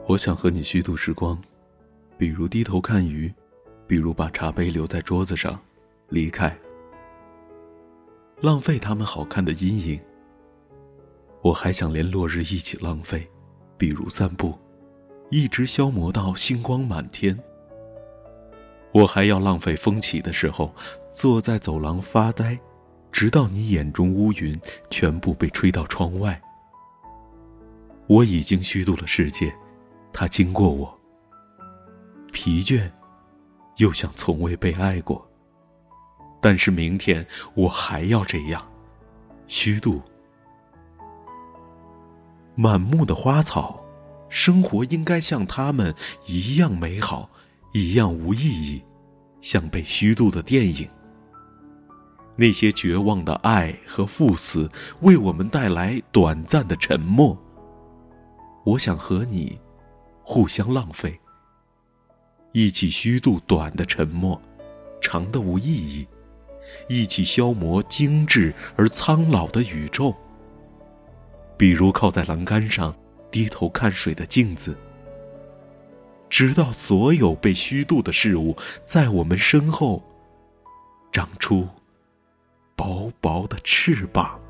我想和你虚度时光，比如低头看鱼，比如把茶杯留在桌子上，离开，浪费他们好看的阴影。我还想连落日一起浪费，比如散步，一直消磨到星光满天。我还要浪费风起的时候，坐在走廊发呆，直到你眼中乌云全部被吹到窗外。我已经虚度了世界，它经过我，疲倦，又像从未被爱过。但是明天我还要这样，虚度。满目的花草，生活应该像它们一样美好，一样无意义，像被虚度的电影。那些绝望的爱和赴死，为我们带来短暂的沉默。我想和你互相浪费，一起虚度短的沉默，长的无意义，一起消磨精致而苍老的宇宙。比如靠在栏杆上低头看水的镜子，直到所有被虚度的事物在我们身后长出薄薄的翅膀。